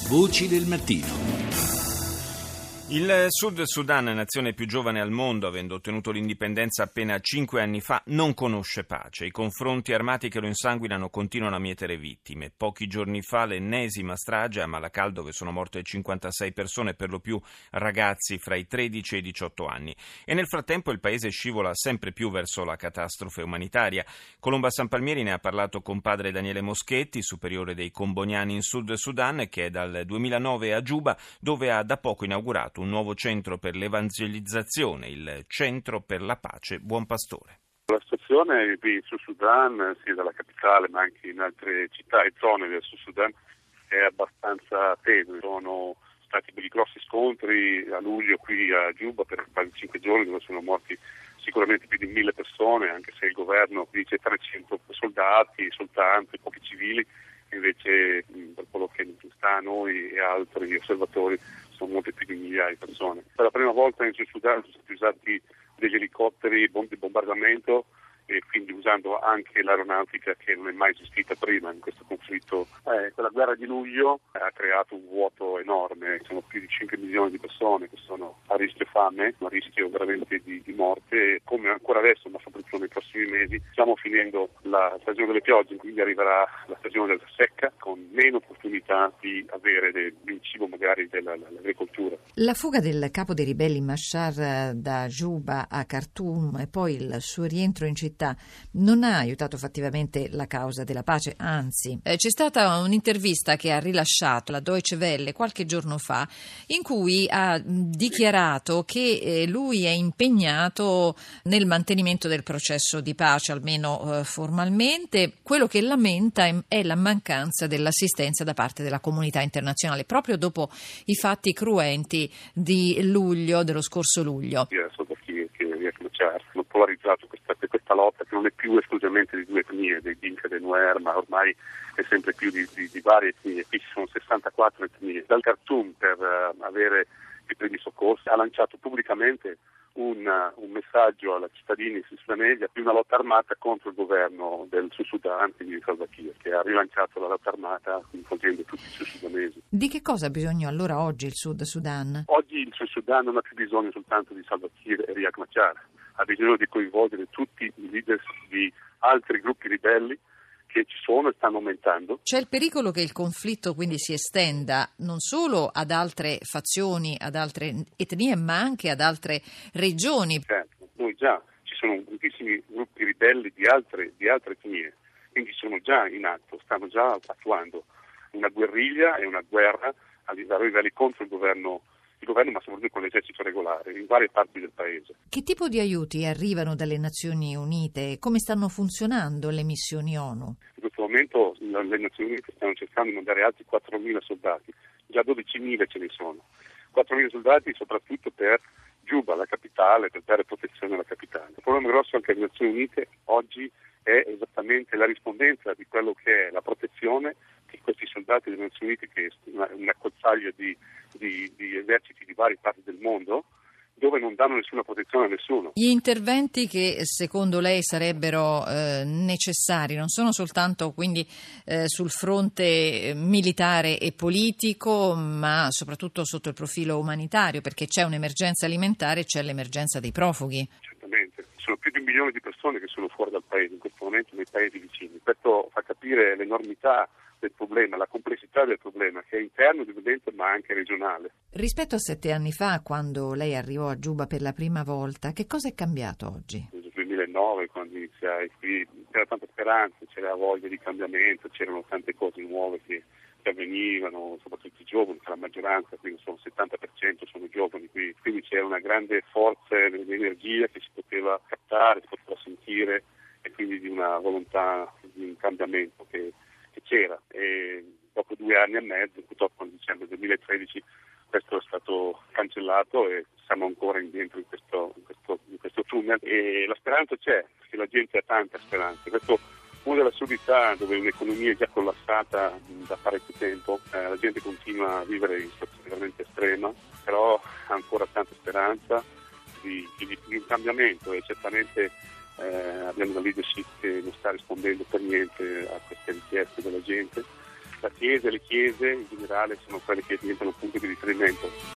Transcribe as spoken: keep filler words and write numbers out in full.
Voci del mattino. Il Sud Sudan, nazione più giovane al mondo, avendo ottenuto l'indipendenza appena cinque anni fa, non conosce pace. I confronti armati che lo insanguinano continuano a mietere vittime. Pochi giorni fa l'ennesima strage a Malakal, dove sono morte cinquantasei persone, per lo più ragazzi fra i tredici e i diciotto anni. E nel frattempo il paese scivola sempre più verso la catastrofe umanitaria. Colomba Sanpalmieri ne ha parlato con padre Daniele Moschetti, superiore dei Comboniani in Sud Sudan, che è dal duemilanove a Giuba, dove ha da poco inaugurato un nuovo centro per l'evangelizzazione, il Centro per la Pace Buon Pastore. La situazione qui sul Sudan, sia dalla capitale ma anche in altre città e zone del Sud Sudan, è abbastanza tenue. Sono stati dei grossi scontri a luglio qui a Giuba per quasi cinque giorni, dove sono morti sicuramente più di mille persone, anche se il governo dice trecento soldati soltanto, pochi civili. Invece, per quello che sta a noi e altri osservatori, sono molte più di migliaia di persone. Per la prima volta in Sud Sudan sono stati usati degli elicotteri di bombardamento, e quindi usando anche l'aeronautica che non è mai esistita prima in questo conflitto. Eh, quella guerra di luglio ha creato un vuoto enorme, sono più di cinque milioni di persone che sono a rischio fame, a rischio veramente di, di morte, come ancora adesso, ma soprattutto nei prossimi mesi. Stiamo finendo la stagione delle piogge, quindi arriverà la stagione della secca, con meno opportunità di avere del, del cibo magari dell'agricoltura. La fuga del capo dei ribelli Machar da Giuba a Khartoum e poi il suo rientro in città non ha aiutato fattivamente la causa della pace, anzi. Eh, c'è stata un'intervista che ha rilasciato la Deutsche Welle qualche giorno fa, in cui ha dichiarato che eh, lui è impegnato nel mantenimento del processo di pace, almeno eh, formalmente. Quello che lamenta è, è la mancanza dell'assistenza da parte della comunità internazionale, proprio dopo i fatti cruenti di luglio, dello scorso luglio. Hanno polarizzato questa, questa lotta, che non è più esclusivamente di due etnie, dei Dinka e dei Nuer, ma ormai è sempre più di, di, di varie etnie. Qui ci sono sessantaquattro etnie. Dal Khartoum, per uh, avere i primi soccorsi, ha lanciato pubblicamente un, uh, un messaggio alla cittadini sudanesi di una lotta armata contro il governo del Sud Sudan, quindi di Salva Kiir, che ha rilanciato la lotta armata coinvolgendo tutti i sud sudanesi. Di che cosa ha bisogno allora oggi il Sud Sudan? Oggi il Sud Sudan non ha più bisogno soltanto di Salva Kiir e Riek Machar, ha bisogno di coinvolgere tutti i leader di altri gruppi ribelli che ci sono e stanno aumentando. C'è il pericolo che il conflitto quindi si estenda non solo ad altre fazioni, ad altre etnie, ma anche ad altre regioni. Certo, noi già ci sono moltissimi gruppi ribelli di altre, di altre etnie, quindi sono già in atto, stanno già attuando una guerriglia e una guerra a livelli contro il governo il governo, ma soprattutto con l'esercito regolare in varie parti del paese. Che tipo di aiuti arrivano dalle Nazioni Unite? Come stanno funzionando le missioni ONU? In questo momento le Nazioni Unite stanno cercando di mandare altri quattromila soldati, già dodicimila ce ne sono. quattromila soldati soprattutto per Giuba, la capitale, per dare protezione alla capitale. Il problema grosso anche delle Nazioni Unite oggi è esattamente la rispondenza di quello che è la protezione di questi soldati delle Nazioni Unite, che è una, una accozzaglia di, di, di eserciti di varie parti del mondo, dove non danno nessuna protezione a nessuno. Gli interventi che secondo lei sarebbero eh, necessari non sono soltanto quindi eh, sul fronte militare e politico, ma soprattutto sotto il profilo umanitario, perché c'è un'emergenza alimentare e c'è l'emergenza dei profughi. Certamente, ci sono più di un milione di persone che sono fuori dal paese in questo momento, nei paesi vicini. Questo fa capire l'enormità del problema, la complessità del problema, che è interno, evidente, ma anche regionale. Rispetto a sette anni fa, quando lei arrivò a Giuba per la prima volta, che cosa è cambiato oggi? Nel duemilanove, quando iniziai qui, c'era tanta speranza, c'era voglia di cambiamento, c'erano tante cose nuove che, che avvenivano, soprattutto i giovani, che la maggioranza, quindi sono il settanta per cento sono giovani qui, quindi c'era una grande forza di energia che si poteva captare, si poteva sentire, e quindi di una volontà di un cambiamento che che c'era. E dopo due anni e mezzo, purtroppo nel dicembre duemilatredici, questo è stato cancellato e siamo ancora dentro in questo, in questo, in questo tunnel, e la speranza c'è, perché la gente ha tanta speranza. Questo uno della sudità, dove un'economia è già collassata da parecchio tempo, eh, la gente continua a vivere in situazione veramente estrema, però ha ancora tanta speranza di, di, di un cambiamento, e certamente Eh, abbiamo una leadership che non sta rispondendo per niente a queste richieste della gente, la Chiesa e le chiese in generale sono quelle che diventano punti di riferimento.